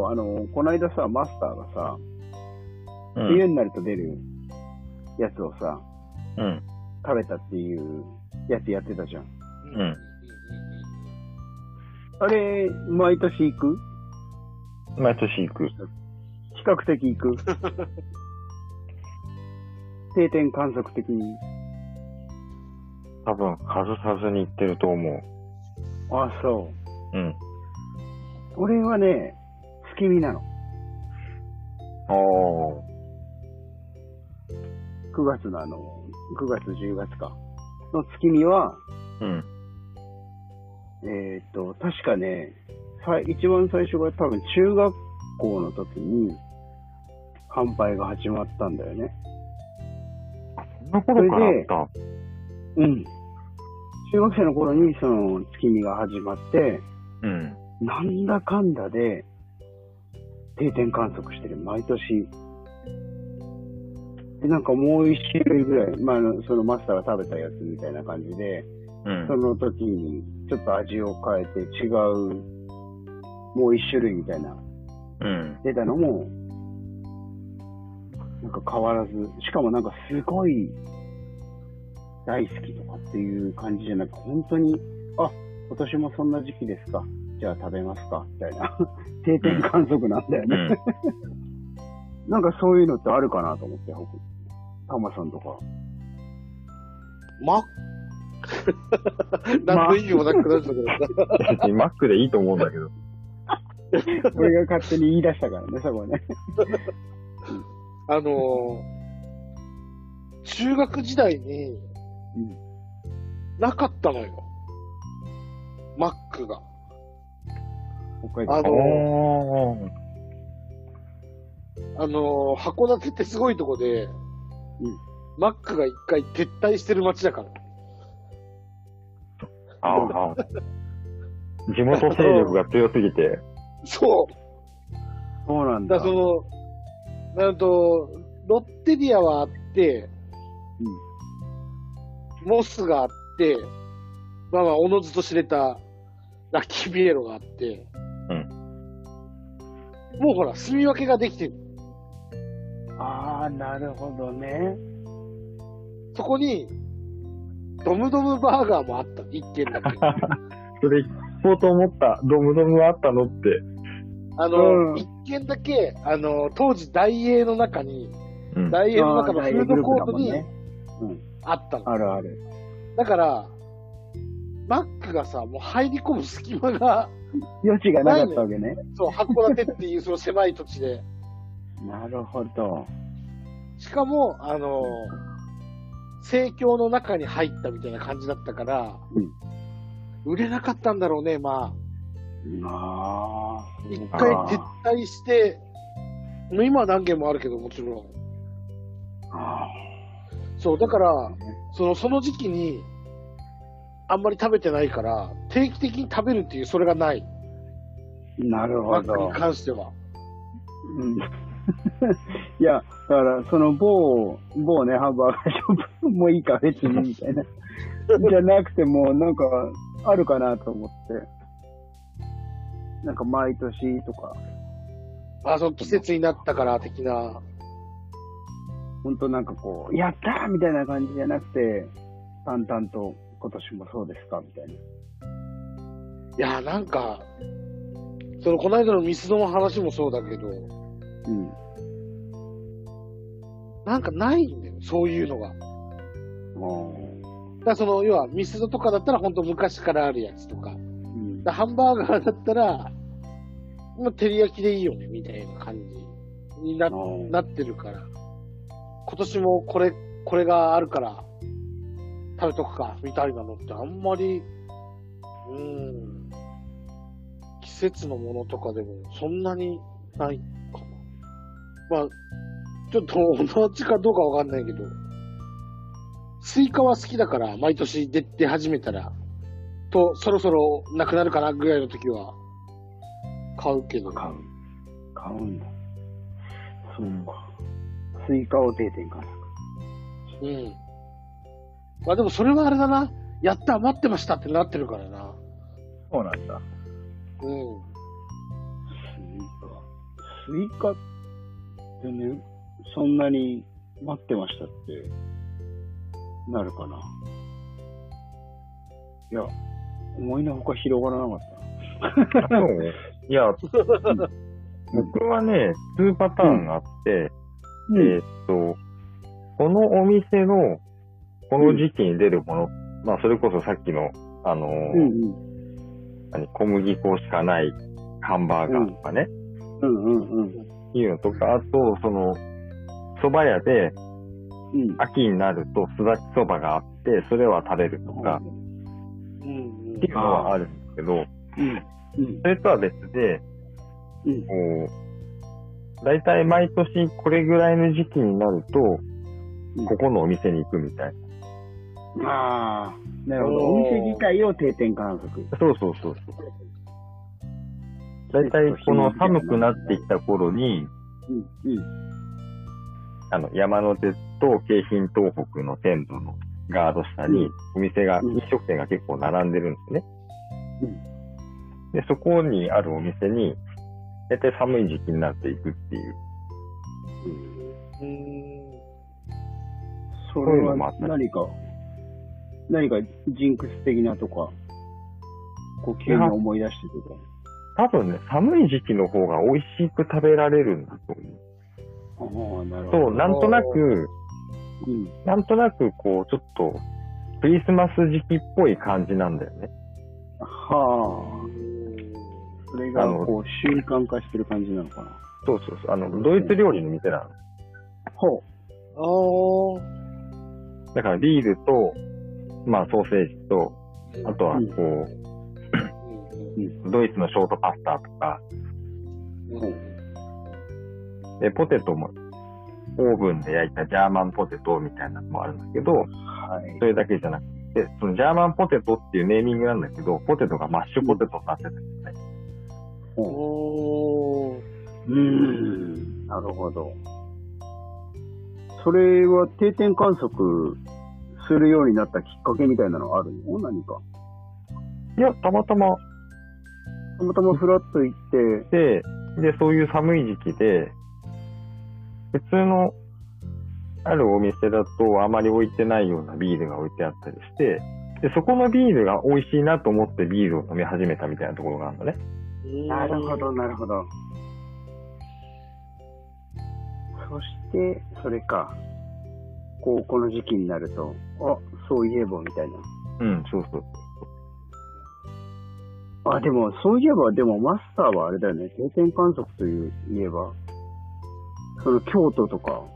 この間さ、マスターがさ、 うん冬になると出るやつをさ、 うん食べたっていうやつやってたじゃん。 うんあれ、毎年行く？ 毎年行く。 比較的行く。定点観測的に。 多分外さずに行ってると思う。 あ、そうん。 う。俺はね、月見なの。 ああ。 9月の9月10月か。の月見は、 うん確かね、一番最初が多分中学校の時に、販売が始まったんだよね。 そんな頃からあった。 うん。中学生の頃にその月見が始まって、 うん。 なんだかんだで定点観測してる、毎年。で、なんかもう一種類ぐらい、そのマスターが食べたやつみたいな感じで、 うんその時にちょっと味を変えて違う、もう一種類みたいな、 うん出たのも、なんか変わらず、しかもなんかすごい大好きとかっていう感じじゃなく、本当に、あ、今年もそんな時期ですか、じゃあ食べますか、みたいな、定点観測なんだよね。なんかそういうのってあるかなと思って、タマさんとか。 何の意味もなくなっちゃったけどさ。 別にマックでいいと思うんだけど。 俺が勝手に言い出したからね、そこね。 中学時代に、なかったのよ。マックが。 北海道。 函館ってすごいとこで、マックが一回撤退してる街だから。 ああ。地元勢力が強すぎて。 そう。 そうなんだ。 なんと、ロッテリアはあって、モスがあって、おのずと知れたラッキービエロがあって、もうほら、住み分けができてる。 ああ、なるほどね。 そこに、ドムドムバーガーもあった。一軒だけ。 それ、そうと思った。ドムドムあったのって。 一軒だけ、当時、ダイエーの中に、 うん、 ダイエーの中のフードコートに、あったの。 あるある。 だから、マックがさ、もう入り込む隙間が、 余地がなかったわけね。 そう、函館っていうその狭い土地で。 なるほど。 しかも、生協の中に入ったみたいな感じだったから、売れなかったんだろうね、まあ。一回撤退して、もう今は何軒もあるけど、もちろん。そう、だから、その時期に、あんまり食べてないから、定期的に食べるっていう、それがない。 なるほど。 マックに関しては。 いや、だから、その某ね、ハンバーガーショップもいいか、別に、みたいな。じゃなくても、なんか、あるかなと思って。なんか、毎年とか。 その季節になったから、的な。 ほんとなんかこう、やったーみたいな感じじゃなくて、淡々と、今年もそうですかみたいな。 いや、なんか、この間のミスドの話もそうだけど、なんかないんだよ、そういうのが。だから要は、ミスドとかだったら本当昔からあるやつとか。ハンバーガーだったら、もう照り焼きでいいよね、みたいな感じになってるから。今年もこれがあるから、食べとくか、みたいなのってあんまり、季節のものとかでもそんなにないかな。ちょっと同じかどうかわかんないけど、スイカは好きだから毎年出始めたら、そろそろなくなるかなぐらいの時は、買うけど。 買うんだ。そうか。スイカを定点観測。 でもそれはあれだな。やった、待ってましたってなってるからな。 そうなんだ。 スイカってね、そんなに待ってましたってなるかな。いや、思いのほか広がらなかったな。 そういや、僕はね、2パターンがあって、このお店の、この時期に出るもの、まあ、それこそさっきの、小麦粉しかないハンバーガーとかね、いうのとか、あと、蕎麦屋で、秋になるとすだち蕎麦があって、それは食べるとか、っていうのはあるんですけど、それとは別で、だいたい毎年これぐらいの時期になると、ここのお店に行くみたいな。 ああ、なるほど。お店自体を定点観測。 そう。だいたいこの寒くなってきた頃に、山手と京浜東北の線路のガード下にお店が、飲食店が結構並んでるんですね。で、そこにあるお店に、だいたい寒い時期になっていくっていう。 それは何かジンクス的なとか、急に思い出してとか。 多分ね、寒い時期の方が美味しく食べられるんだと思う。 なるほど。 そう、なんとなく、こう、ちょっと、クリスマス時期っぽい感じなんだよね。 それが、習慣化してる感じなのかな。 そう。ドイツ料理の店なの。だからビールと、まあソーセージと、あとはドイツのショートパスタとか、で、ポテトもオーブンで焼いたジャーマンポテトみたいなのもあるんだけど、それだけじゃなくて、そのジャーマンポテトっていうネーミングなんだけど、ポテトがマッシュポテトになってるんですね。 なるほど。それは定点観測するようになったきっかけみたいなのあるの？何か。 いや、たまたまフラッと行って。 で、そういう寒い時期で、普通のあるお店だとあまり置いてないようなビールが置いてあったりして、で、そこのビールが美味しいなと思ってビールを飲み始めたみたいなところがあるのね。 なるほど。そして、それか。この時期になると、そういえば、みたいな。 そう。 でも、そういえば、マスターはあれだよね。定点観測といえば、京都とか、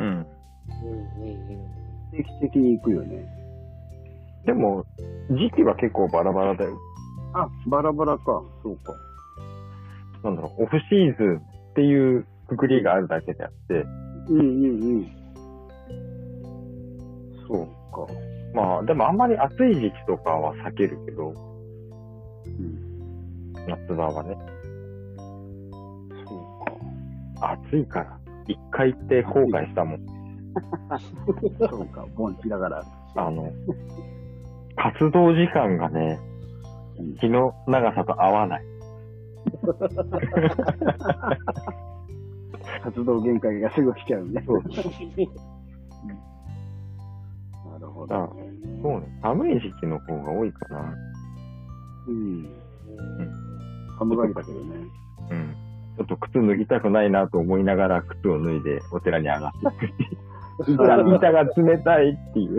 定期的に行くよね。 でも、時期は結構バラバラだよ。 バラバラか。そうか。 なんだろう、オフシーズンっていうくくりがあるだけであって。 そうか。 まあ、でもあんまり暑い時期とかは避けるけど、夏場はね。 そうか。 暑いから、一回行って後悔したもん。 そうか、盆地だから。 活動時間がね、日の長さと合わない。 活動限界がすぐ来ちゃうね。なるほど。 そうね。寒い時期の方が多いかな。 寒がりだけどね。 ちょっと靴脱ぎたくないなと思いながら靴を脱いでお寺に上がっていく。板が冷たいっていう。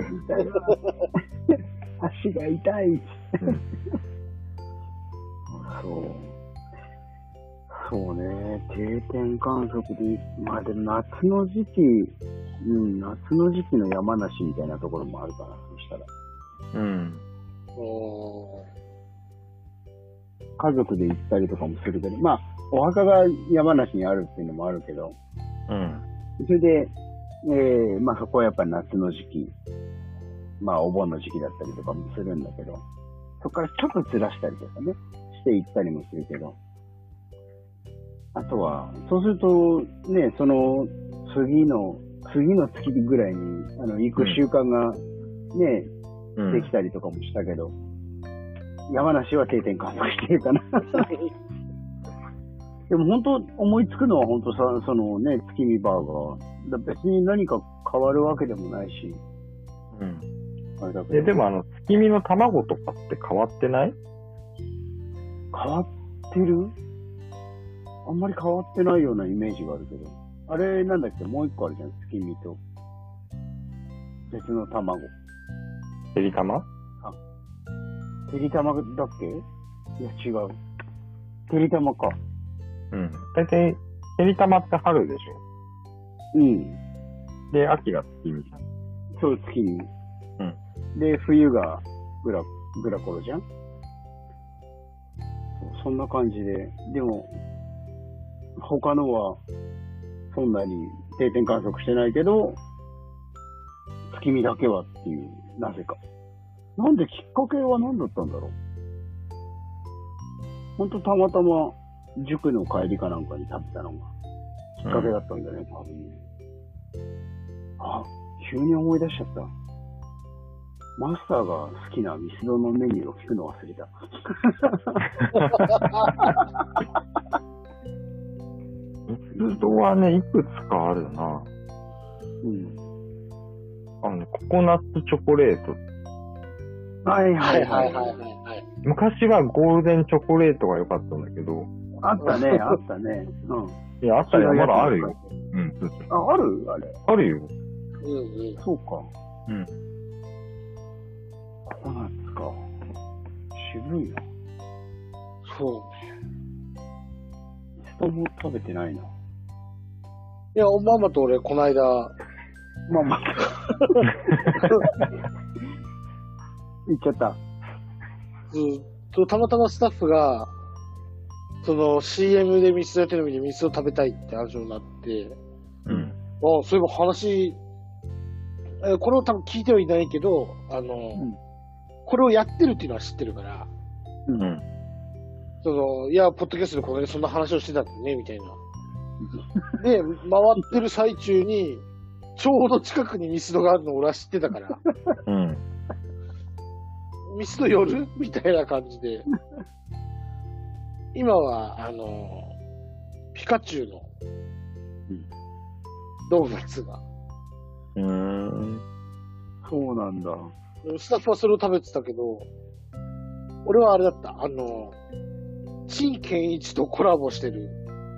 足が痛い。そうね。定点観測で、でも夏の時期の山梨みたいなところもあるかな、そしたら。家族で行ったりとかもするけど、お墓が山梨にあるっていうのもあるけど、それで、そこはやっぱり夏の時期、お盆の時期だったりとかもするんだけど、そこからちょっとずらしたりとかね、して行ったりもするけど、あとは、そうすると、ね、その、次の月ぐらいに、行く習慣がね、できたりとかもしたけど、山梨は定点観測してるかな。 でも本当思いつくのは本当さ、そのね、月見バーガー。別に何か変わるわけでもないし。 うん。 あれだけど。 でも月見の卵とかって変わってない？ 変わってる？あんまり変わってないようなイメージがあるけど。あれなんだっけ、もう一個あるじゃん、月見と。別の卵。 てりたま？ てりたまだっけ？いや、違う。てりたまか。 うん。だいたい、てりたまって春でしょ？うん。 で、秋が月見じゃん。 そう、月見。 うん。 で、冬がグラコロじゃん？そんな感じで。でも、他のは、そんなに定点観測してないけど、月見だけはっていう、なぜか。なんできっかけは何だったんだろう。ほんとたまたま塾の帰りかなんかに食べたのがきっかけだったんだよね、多分ね。あ、急に思い出しちゃった。マスターが好きなミスドのメニューを聞くの忘れた。 ミスドはね、いくつかあるな。 うん。 ココナッツチョコレート。 はいはいはい。 昔はゴールデンチョコレートが良かったんだけど。 あったね、あったね。うん。 いや、あったよ、まだあるよ。うん、そうそう。 あ、あるあれ。 あるよ。 うんうん。そうか。 うん。 ココナッツか。渋いな。 そうね。 ミストも食べてないな。 いや、ママと俺、この間、 ママ。行っちゃった。 たまたまスタッフが、その CM でミスドやってるのにミスド食べたいって話になって、 うん。 そういえば話、これを多分聞いてはいないけど、これをやってるっていうのは知ってるから、 うん。 いや、ポッドキャストでこの間そんな話をしてたんだね、みたいな。で、回ってる最中に、ちょうど近くにミスドがあるのを俺は知ってたから、 うん。 ミスド寄るみたいな感じで。今は、ピカチュウのドーナツが。 そうなんだ。 スタッフはそれを食べてたけど、俺はあれだった。陳健一とコラボしてる。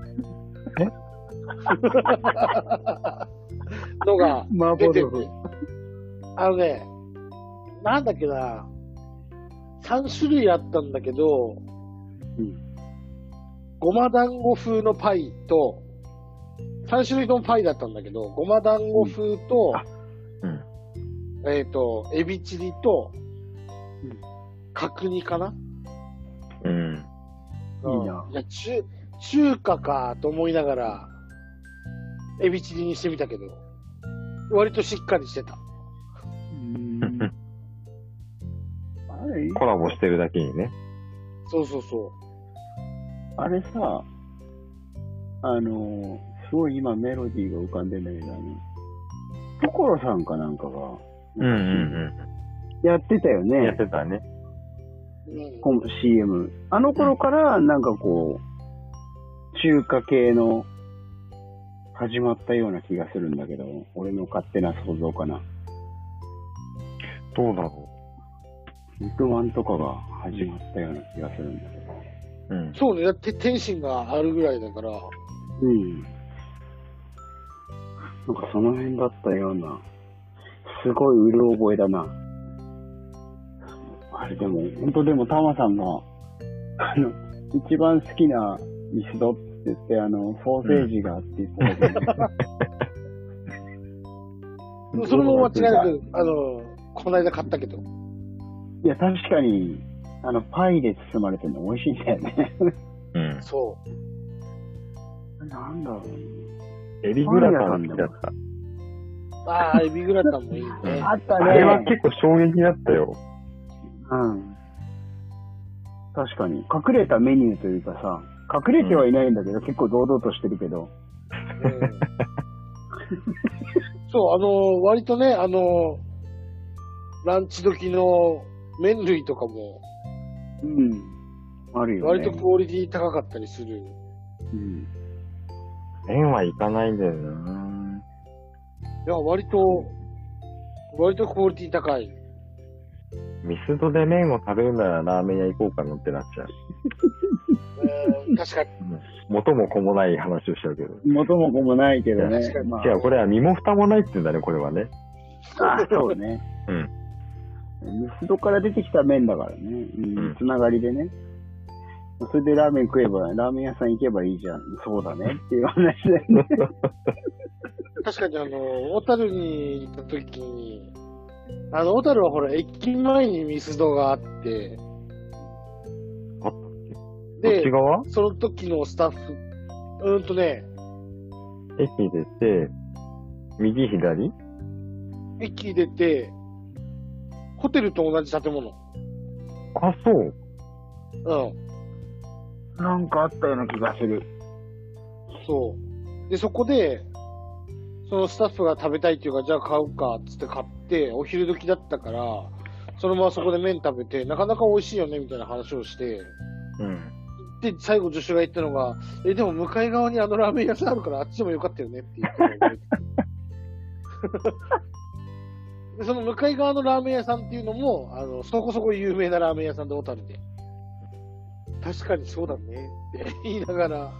のが出てて。なんだっけな、3種類あったんだけど、ごま団子風のパイと、3種類のパイだったんだけど、ごま団子風と、エビチリと、角煮かな？ いいな。 いや、中華かと思いながら、エビチリにしてみたけど、割としっかりしてた。 コラボしてるだけにね。 そうそうそう。 あれさ、すごい今メロディーが浮かんでんだけど、所さんかなんかが、やってたよね。 やってたね。 CM。あの頃からなんかこう、中華系の始まったような気がするんだけど、俺の勝手な想像かな。 どうだろう。肉まんとかが始まったような気がするんだけど。 そうね、だって天津があるぐらいだから。なんかその辺だったような、すごいうる覚えだな。あれでも、ほんとでもタマさんが、一番好きなミスドって言って、ソーセージがあって言ってたけど、それも間違いなく、この間買ったけど。 いや、確かに、パイで包まれてるの美味しいんだよね。 そう。 なんだろう。 エビグラタン好きだった。 エビグラタンもいいね。 あったね。 あれは結構衝撃だったよ。 確かに。隠れたメニューというかさ、隠れてはいないんだけど、結構堂々としてるけど。 そう、割とね、ランチ時の麺類とかも、 あるよね。 割とクオリティ高かったりする。 うん。 麺はいかないんだよな。 いや、割とクオリティ高い。 ミスドで麺を食べるならラーメン屋行こうかなってなっちゃう。 確かに。 元も子もない話をしちゃうけど。 元も子もないけどね。 違う、これは身も蓋もないって言うんだね、これはね。 あ、そうね。 うん。 ミスドから出てきた麺だからね。つながりでね。それでラーメン食えば、ラーメン屋さん行けばいいじゃん。そうだねっていう話だよね。 確かに小樽に行った時に、小樽はほら、駅前にミスドがあって、 あったっけ？で、 その時のスタッフ、 駅出て、右左？ 駅出て、ホテルと同じ建物。 あ、そう。 うん。 なんかあったような気がする。 そう。で、そこで、そのスタッフが食べたいっていうか、じゃあ買うか、つって買って、お昼時だったから、そのままそこで麺食べて、なかなか美味しいよね、みたいな話をして、 うん。 で、最後助手が言ったのが、でも向かい側にラーメン屋さんあるから、あっちでもよかったよねって言ってで、その向かい側のラーメン屋さんっていうのも、そこそこ有名なラーメン屋さんで小樽で。確かにそうだねって言いながら。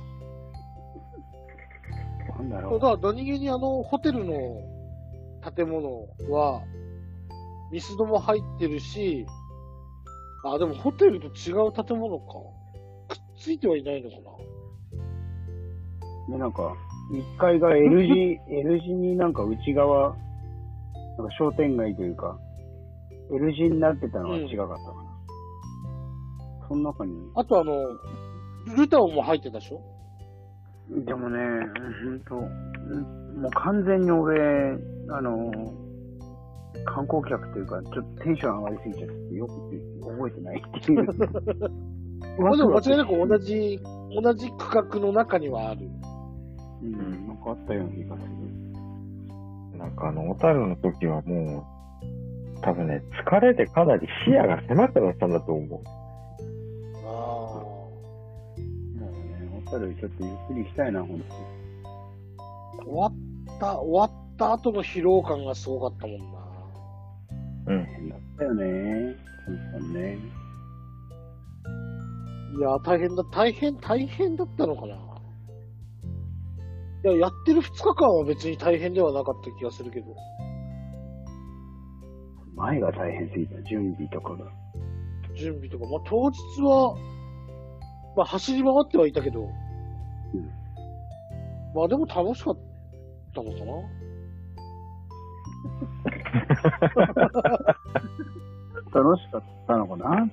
なんだろう。 だから何気にホテルの建物は、ミスドも入ってるし、でもホテルと違う建物か。くっついてはいないのかな。 で、なんか、1階が L 字になんか内側、なんか商店街というか、L 字になってたのが違かったかな。その中に。 あとルタオも入ってたでしょ？ でもね、もう完全に俺、観光客というか、ちょっとテンション上がりすぎちゃって、よく覚えてないっていう。でも間違いなく同じ区画の中にはある。 なんかあったような気がする。 なんか小樽の時はもう、多分ね、疲れてかなり視野が狭くなったんだと思う。 小樽ちょっとゆっくりしたいな、ほんと。 終わった後の疲労感がすごかったもんな。 大変だったよね。本当にね。 いや、大変だったのかな。いや、やってる2日間は別に大変ではなかった気がするけど。 前が大変すぎた、準備とかが。 当日は、走り回ってはいたけど、でも楽しかったのかな。 楽しかったのかな。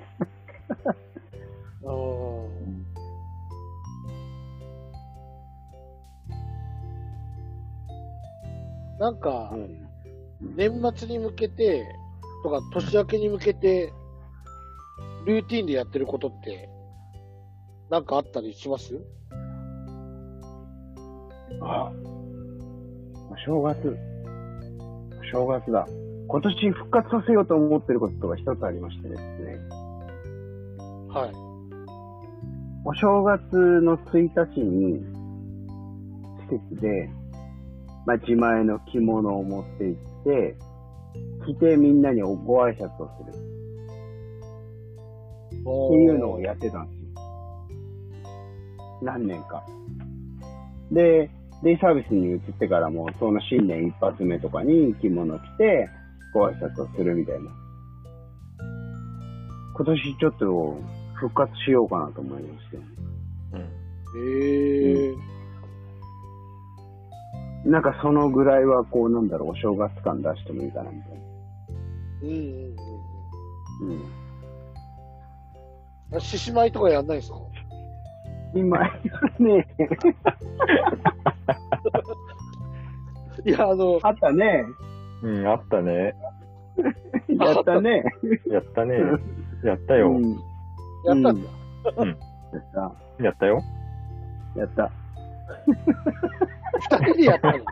なんか、年末に向けて、とか年明けに向けて、ルーティンでやってることって、なんかあったりします？ 正月だ。今年復活させようと思ってることが一つありましてですね。 はい。 お正月の1日に、施設で、自前の着物を持って行って、着てみんなにご挨拶をする。っていうのをやってたんですよ。何年か。で、デイサービスに移ってからも、その新年一発目とかに着物着て、ご挨拶をするみたいな。今年ちょっと復活しようかなと思いまして。なんかそのぐらいはお正月感出してもいいかなみたいな。獅子舞とかやんないですか？ 今ね。 いや、 あったね。 あったね。 やったね。 やったね。やったよ。 やったんだ。 やったよ。 やった。 2人でやったの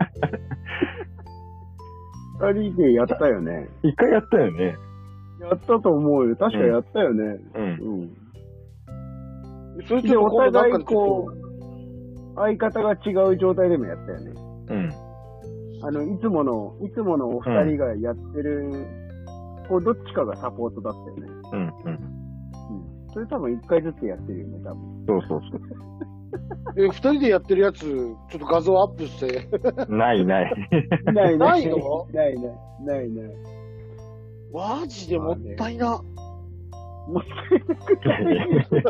？2人でやったよね。 一回やったよね。 やったと思うよ。確かやったよね。 それでお互い相方が違う状態でもやったよね。 うん。 いつものお二人がやってる、こう、どっちかがサポートだったよね。 うん、うん。 うん。それ多分一回ずつやってるよね、多分。 そうそうそう。 二人でやってるやつ、ちょっと画像アップして。 ないない。 ないの？ ないない。 マジでもったいな。 もったいなくて。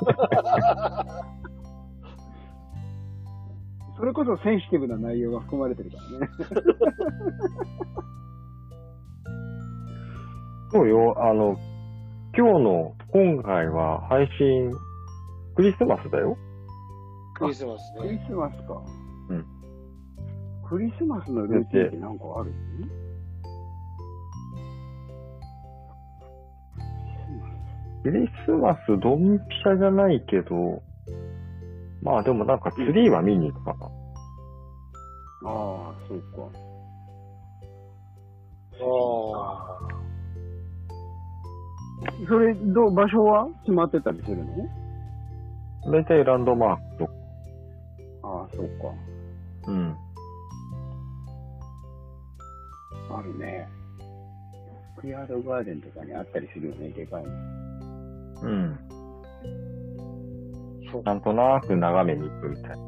それこそセンシティブな内容が含まれてるからね。 そうよ、今回は配信、クリスマスだよ。 クリスマスね。 クリスマスか。 うん。 クリスマスのルーティンってなんかある？ クリスマスドンピシャじゃないけど、まあでもなんかツリーは見に行くかな。 ああ、そうか。 ああ。 それ、場所は決まってたりするの？ 大体ランドマークとか。 ああ、そうか。 うん。 あるね。クヤードガーデンとかにあったりするよね、でかいの。 うん。なんとなく眺めに行くみたいな。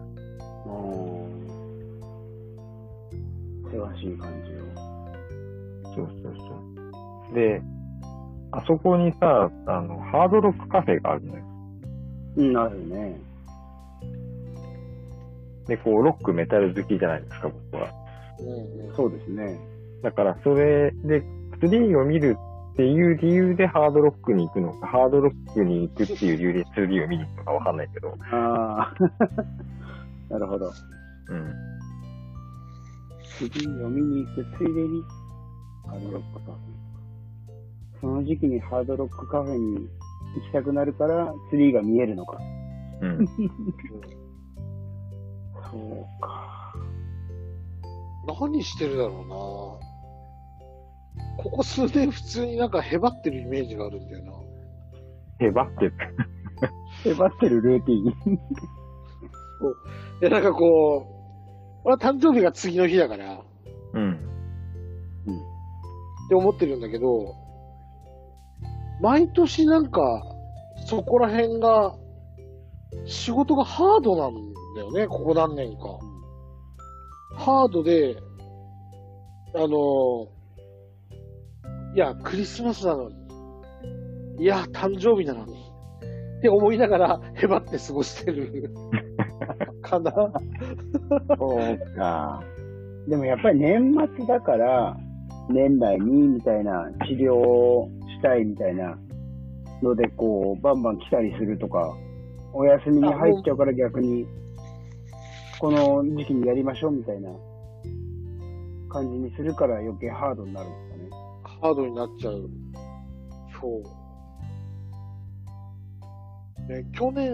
険しい感じよ。 そうそうそう。で、あそこにさ、ハードロックカフェがあるのよ。 うん、あるね。 で、こう、ロックメタル好きじゃないですか、僕は。 そうですね。 だから、それで、ツリーを見るっていう理由でハードロックに行くのか、ハードロックに行くっていう理由でツリーを見に行くのかわかんないけど。 ああ、なるほど。 うん。 ツリーを見に行くついでに、ハードロックカフェ。その時期にハードロックカフェに行きたくなるから、ツリーが見えるのか。 うん。 そうか。 何してるだろうな。ここ数年普通になんかへばってるイメージがあるんだよな。 へばってる。 へばってるルーティン。 で、なんかこう、俺は誕生日が次の日だから、 うん。 って思ってるんだけど、毎年なんか、そこら辺が、仕事がハードなんだよね、ここ何年か。ハードで、いや、クリスマスなのに、いや、誕生日なのに、って思いながら、へばって過ごしてる。かな。 そうか。でもやっぱり年末だから、年内にみたいな治療をしたいみたいなので、こう、バンバン来たりするとか、お休みに入っちゃうから逆に、この時期にやりましょうみたいな感じにするから余計ハードになるんですかね。 ハードになっちゃう。そう。ね、去年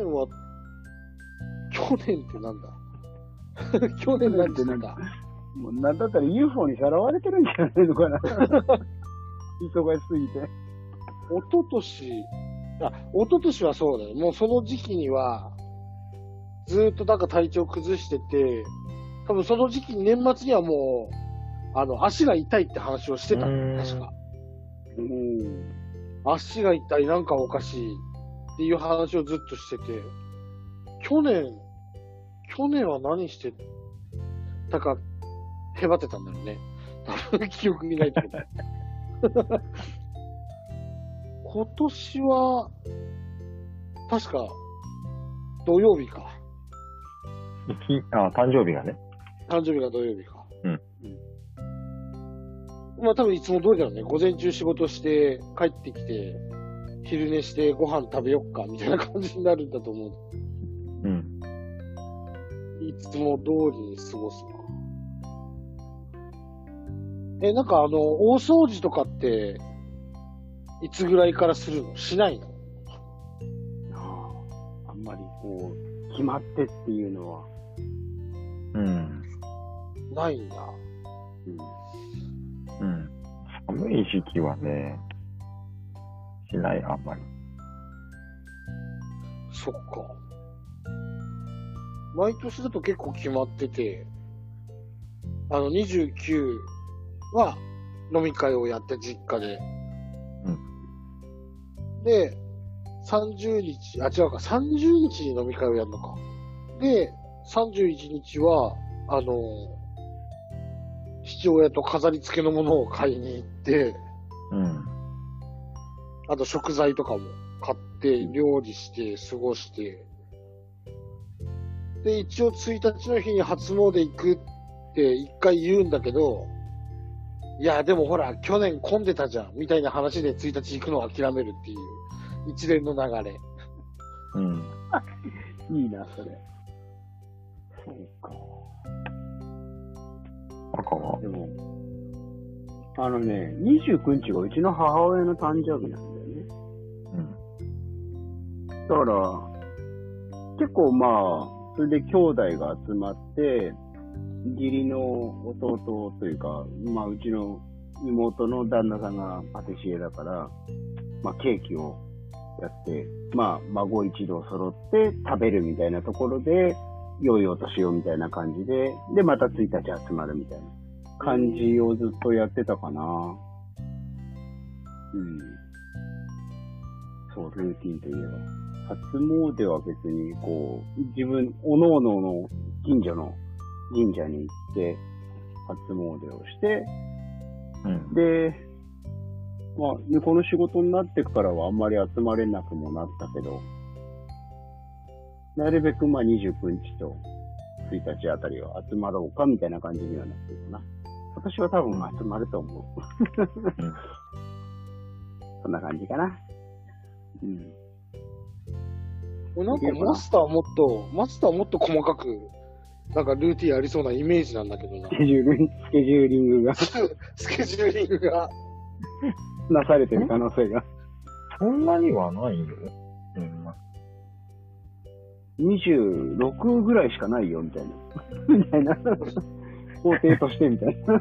ってなんだ去年なんてなんだもうなんだったら UFO にさらわれてるんじゃないのかな。忙しすぎて。 一昨年はそうだよ。もうその時期には、ずーっとなんか体調崩してて、多分その時期に年末にはもう、足が痛いって話をしてたの、確か。足が痛い、なんかおかしいっていう話をずっとしてて、去年は何してたか、へばってたんだよね。多分記憶にないけど。今年は、確か、土曜日か。 誕生日がね。 誕生日が土曜日か。 うん。 まあ多分いつも通りだよね。午前中仕事して帰ってきて、昼寝してご飯食べよっか、みたいな感じになるんだと思う。 うん。 いつも通りに過ごすな。なんか大掃除とかって、いつぐらいからするの？しないの？ あんまりこう、決まってっていうのは。 うん。 ないんだ。 うん。寒い時期はね、しない、あんまり。 そっか。 毎年だと結構決まってて、29は飲み会をやって実家で。で、30日、違うか、30日に飲み会をやるのか。で、31日は、父親と飾り付けのものを買いに行って、あと食材とかも買って料理して過ごして、で、一応1日の日に初詣行くって一回言うんだけど、いや、でもほら、去年混んでたじゃん、みたいな話で1日行くのを諦めるっていう一連の流れ。 いいな、それ。そうか。 赤はでも、29日がうちの母親の誕生日なんだよね。だから、結構まあ、それで兄弟が集まって、義理の弟というか、まあ、うちの妹の旦那さんがパティシエだから、まあ、ケーキをやって、まあ、孫一同揃って食べるみたいなところで、良いお年をみたいな感じで、で、また1日集まるみたいな感じをずっとやってたかな。そう、ルーティンといえば。初詣は別に、こう、自分、おのおのの近所の神社に行って、初詣をして、で、まあ、で、この仕事になってからはあんまり集まれなくもなったけど、なるべくまあ29日と1日あたりは集まろうかみたいな感じにはなってるかな。私は多分集まると思う。そんな感じかな。 なんかマスターはもっと細かく、なんかルーティンありそうなイメージなんだけどな。 スケジューリングが。 スケジューリングが。 なされてる可能性が。 そんなにはないよ。 26ぐらいしかないよ、みたいな。みたいな。工程としてみたいな。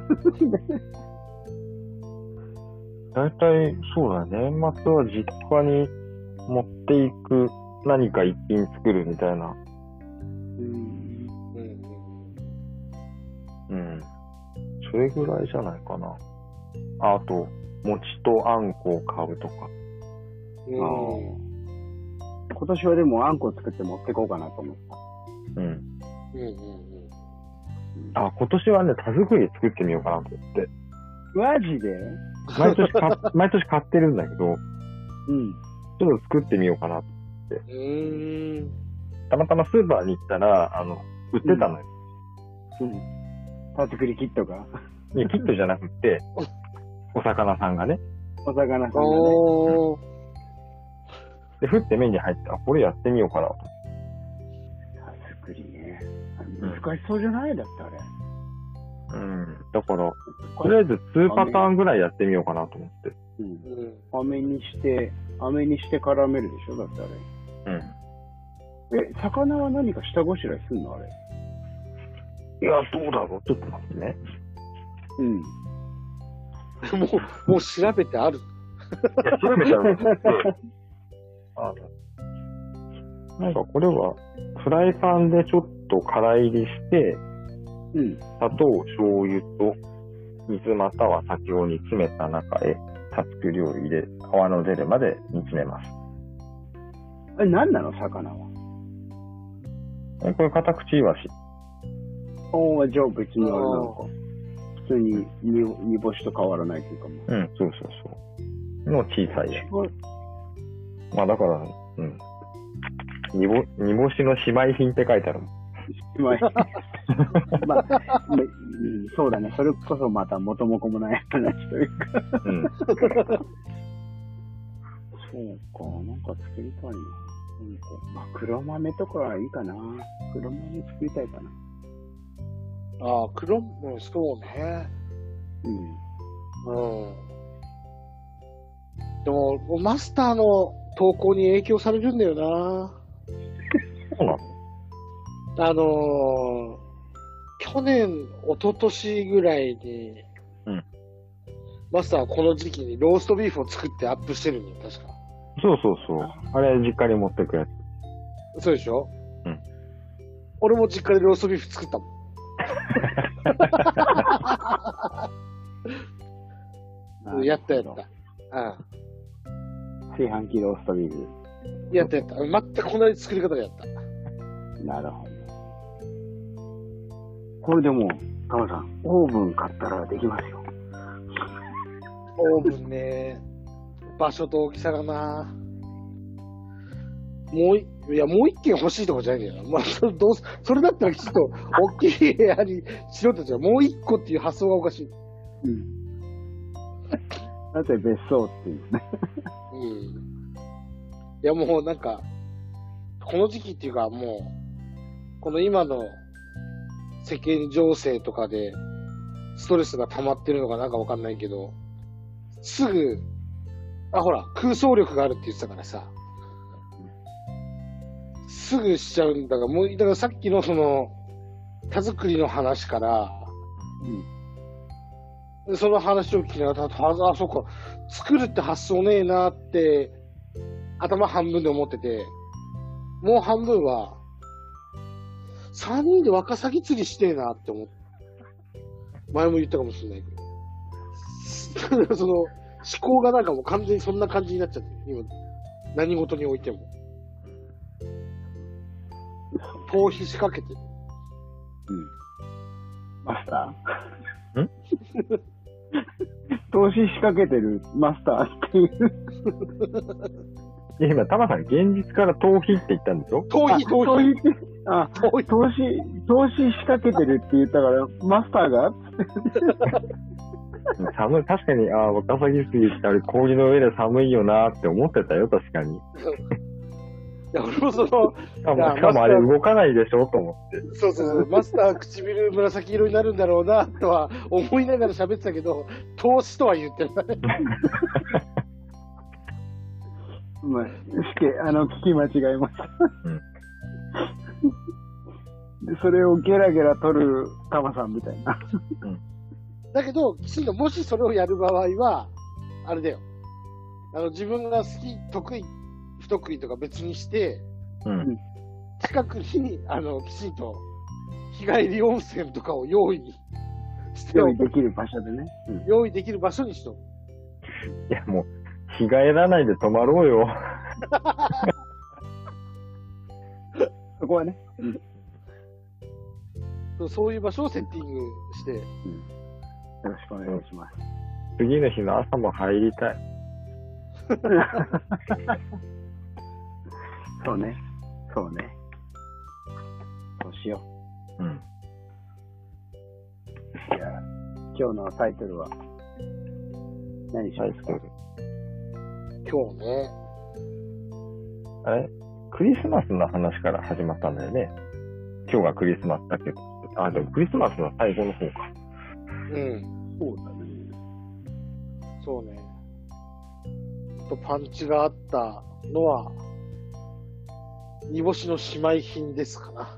だいたい、そうだね。年末は実家に持っていく何か一品作るみたいな。それぐらいじゃないかな。あと、餅とあんこを買うとか。 今年はでもあんこ作って持ってこうかなと思った。 今年はね、田作り作ってみようかなと思って。 マジで毎年買ってるんだけど、ちょっと作ってみようかなと思って。たまたまスーパーに行ったら、売ってたのよ。 田作りキットがいや、キットじゃなくて、お魚さんがね。 お魚さんがね。 で、ふって目に入って、これやってみようかなと。 田作りね。難しそうじゃないだってあれ。 だから、とりあえず2パターンぐらいやってみようかなと思って。 飴にして絡めるでしょだってあれ。魚は何か下ごしらえすんのあれ。 いや、どうだろう。ちょっと待ってね。 もう調べてある。 調べてあるんですけど、なんかこれは、フライパンでちょっと空入りして、砂糖、醤油と水または酒を煮詰めた中へ、田作りを入れ、皮の出るまで煮詰めます。 何なの魚は。 これ、カタクチイワシ。 じゃあ別にあれなのか。普通に煮干しと変わらないというかも。 そうそうそう。の小さいやつ。まあだから、煮干しの姉妹品って書いてあるもん。 姉妹品。まあ、そうだね。それこそまた元も子もない話というか。そうか、なんか作りたいな。まあ、黒豆とかはいいかな。黒豆作りたいかな。 そうね。でも、マスターの投稿に影響されるんだよな。 そうなの？ 去年、一昨年ぐらいに、マスターはこの時期にローストビーフを作ってアップしてるんだよ、確か。 そうそうそう。あれ、実家に持ってくやつ。 そうでしょ？ 俺も実家でローストビーフ作ったもん。やった。うん。 炊飯器ローストビーフ。 やった。全く同じ作り方でやった。 なるほど。これでも、タマさん、オーブン買ったらできますよ。 オーブンね、場所と大きさがな。もう一軒欲しいとかじゃないんだよな。まあ、それだったらきちっと大きい部屋にしろって言うもう一個っていう発想がおかしい。 うん。だって別荘っていうね。 うん。いやもうなんか、この時期っていうかもう、この今の世間情勢とかでストレスが溜まってるのかなんかわかんないけど、すぐ、ほら、空想力があるって言ってたからさ、すぐしちゃうんだが、だからさっきのその、田作りの話から、その話を聞きながら、そうか、作るって発想ねえなって、頭半分で思ってて、もう半分は、3人でワカサギ釣りしてえなって思って、前も言ったかもしれないけど、その、思考がなんかもう完全にそんな感じになっちゃって、今、何事においても。逃避しかけてる。 マスター投資仕掛けてるマスターっていう。 今、タマさん、現実から逃避って言ったんでしょ？ 逃避。 投資仕掛けてるって言ったから、マスターが寒い、確かに、ワカサギ釣りってあれ、氷の上で寒いよなって思ってたよ、確かに。 いや、俺もその、しかもあれ動かないでしょと思って。 そう、マスター唇紫色になるんだろうな、とは思いながら喋ってたけど、投資とは言ってない。 まあ、聞き間違えました。で、それをゲラゲラ取るタマさんみたいな。 だけど、きちんともしそれをやる場合は、あれだよ。自分が好き、得意、不得意とか別にして、近くに、きちんと、日帰り温泉とかを用意して用意できる場所でね。 用意できる場所にしと。 いや、もう、日帰らないで泊まろうよ。 そこはね。 そういう場所をセッティングして。 よろしくお願いします。 次の日の朝も入りたい。 そうね。そうしよう。じゃあ、今日のタイトルは何しますか？ 今日ね。 あれ？クリスマスの話から始まったんだよね。今日がクリスマスだけど。でもクリスマスの最後の方か。 そうだね。 そうね。パンチがあったのは、煮干しの姉妹品ですかな。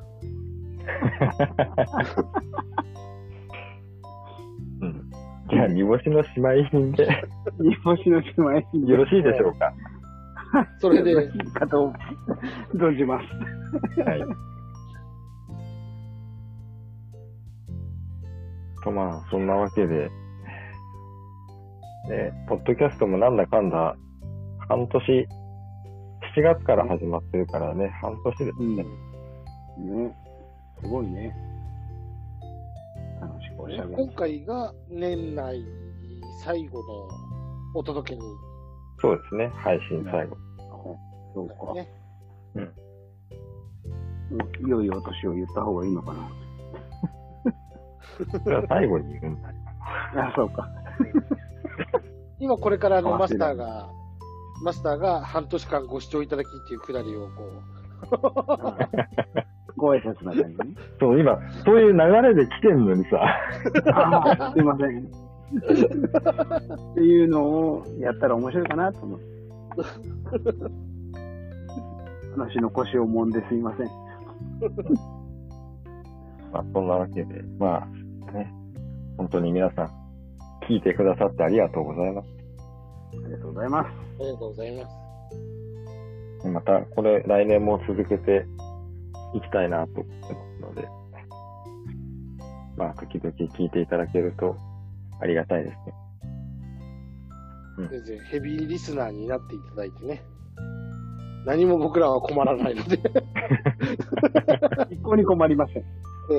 じゃあ、煮干しの姉妹品で。 煮干しの姉妹品で。 よろしいでしょうか。 それで。 かと存じます。 はい。まあ、そんなわけで、ポッドキャストもなんだかんだ、半年、7月から始まってるからね、半年ですね。 すごいね。楽しくおしゃべり。 今回が年内最後のお届けに。 そうですね、配信最後。 そうか。いよいよお年を言った方がいいのかな。 それは最後に言うんだよ。 そうか。 今これからマスターが半年間ご視聴いただきっていうくだりをご挨拶な感じね。 そう、今、そういう流れで来てんのにさ。 すいません。っていうのをやったら面白いかなと思って。話の腰を揉んですいません。 まあ、そんなわけで、まあ、ね、本当に皆さん、聞いてくださってありがとうございます。 ありがとうございます。 ありがとうございます。 また、これ、来年も続けていきたいなと思ってますので、まあ、時々聞いていただけるとありがたいですね。 全然ヘビーリスナーになっていただいてね。何も僕らは困らないので。 一向に困りません。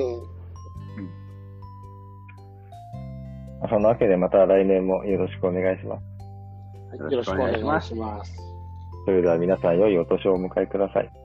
そのわけでまた来年もよろしくお願いします。 よろしくお願いします。 それでは皆さん良いお年をお迎えください。